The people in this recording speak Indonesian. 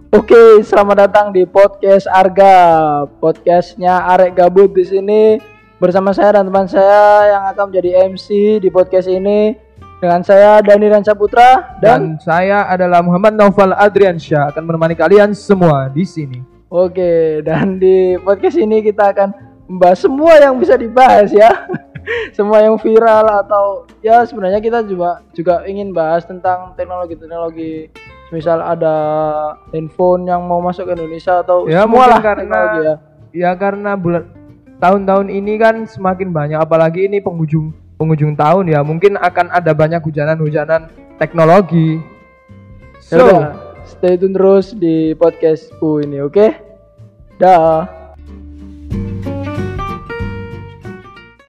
Oke, selamat datang di podcast Arga, podcastnya Arek Gabut di sini bersama saya dan teman saya yang akan menjadi MC di podcast ini dengan saya Dani Rancaputra dan saya adalah Muhammad Naufal Adriansyah akan menemani kalian semua di sini. Oke, dan di podcast ini kita akan membahas semua yang bisa dibahas ya. Semua yang viral atau ya sebenarnya kita juga ingin bahas tentang teknologi. Misal ada handphone yang mau masuk ke Indonesia atau ya, semua lah teknologi ya. Ya karena tahun-tahun ini kan semakin banyak, apalagi ini penghujung tahun ya, mungkin akan ada banyak hujanan teknologi. So, stay tune terus di podcastku ini, oke? Dah.